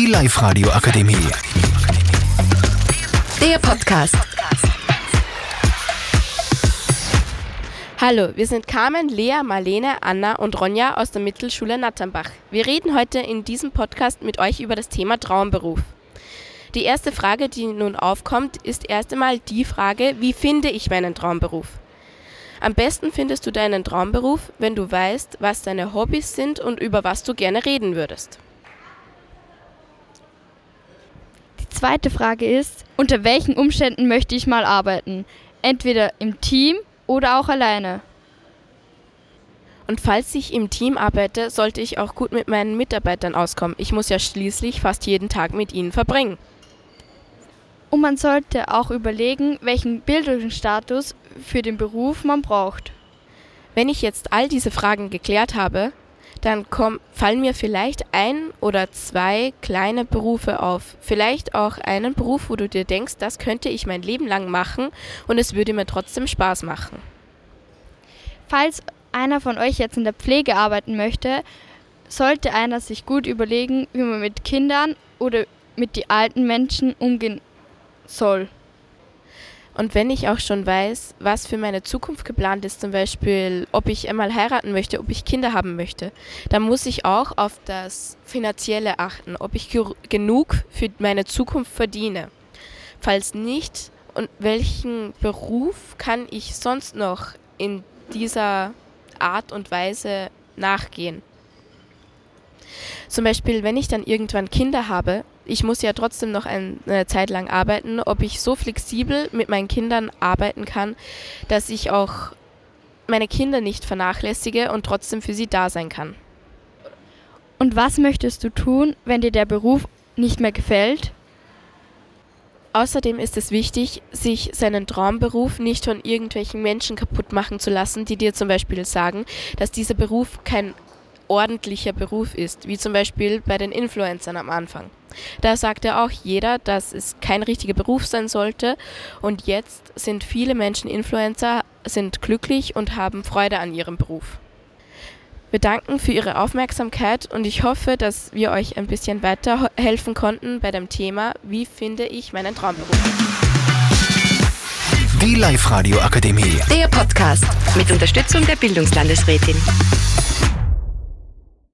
Die Live-Radio Akademie. Der Podcast. Hallo, wir sind Carmen, Lea, Marlene, Anna und Ronja aus der Mittelschule Natternbach. Wir reden heute in diesem Podcast mit euch über das Thema Traumberuf. Die erste Frage, die nun aufkommt, ist erst einmal die Frage, wie finde ich meinen Traumberuf? Am besten findest du deinen Traumberuf, wenn du weißt, was deine Hobbys sind und über was du gerne reden würdest. Die zweite Frage ist, unter welchen Umständen möchte ich mal arbeiten? Entweder im Team oder auch alleine. Und falls ich im Team arbeite, sollte ich auch gut mit meinen Mitarbeitern auskommen. Ich muss ja schließlich fast jeden Tag mit ihnen verbringen. Und man sollte auch überlegen, welchen Bildungsstatus für den Beruf man braucht. Wenn ich jetzt all diese Fragen geklärt habe, dann fallen mir vielleicht 1 oder 2 kleine Berufe auf. Vielleicht auch einen Beruf, wo du dir denkst, das könnte ich mein Leben lang machen und es würde mir trotzdem Spaß machen. Falls einer von euch jetzt in der Pflege arbeiten möchte, sollte einer sich gut überlegen, wie man mit Kindern oder mit den alten Menschen umgehen soll. Und wenn ich auch schon weiß, was für meine Zukunft geplant ist, zum Beispiel, ob ich einmal heiraten möchte, ob ich Kinder haben möchte, dann muss ich auch auf das Finanzielle achten, ob ich genug für meine Zukunft verdiene. Falls nicht, und welchen Beruf kann ich sonst noch in dieser Art und Weise nachgehen? Zum Beispiel, wenn ich dann irgendwann Kinder habe, ich muss ja trotzdem noch eine Zeit lang arbeiten, ob ich so flexibel mit meinen Kindern arbeiten kann, dass ich auch meine Kinder nicht vernachlässige und trotzdem für sie da sein kann. Und was möchtest du tun, wenn dir der Beruf nicht mehr gefällt? Außerdem ist es wichtig, sich seinen Traumberuf nicht von irgendwelchen Menschen kaputt machen zu lassen, die dir zum Beispiel sagen, dass dieser Beruf kein ordentlicher Beruf ist, wie zum Beispiel bei den Influencern am Anfang. Da sagt ja auch jeder, dass es kein richtiger Beruf sein sollte und jetzt sind viele Menschen Influencer, sind glücklich und haben Freude an ihrem Beruf. Wir danken für Ihre Aufmerksamkeit und ich hoffe, dass wir euch ein bisschen weiterhelfen konnten bei dem Thema, wie finde ich meinen Traumberuf. Die Live-Radio Akademie. Der Podcast mit Unterstützung der Bildungslandesrätin.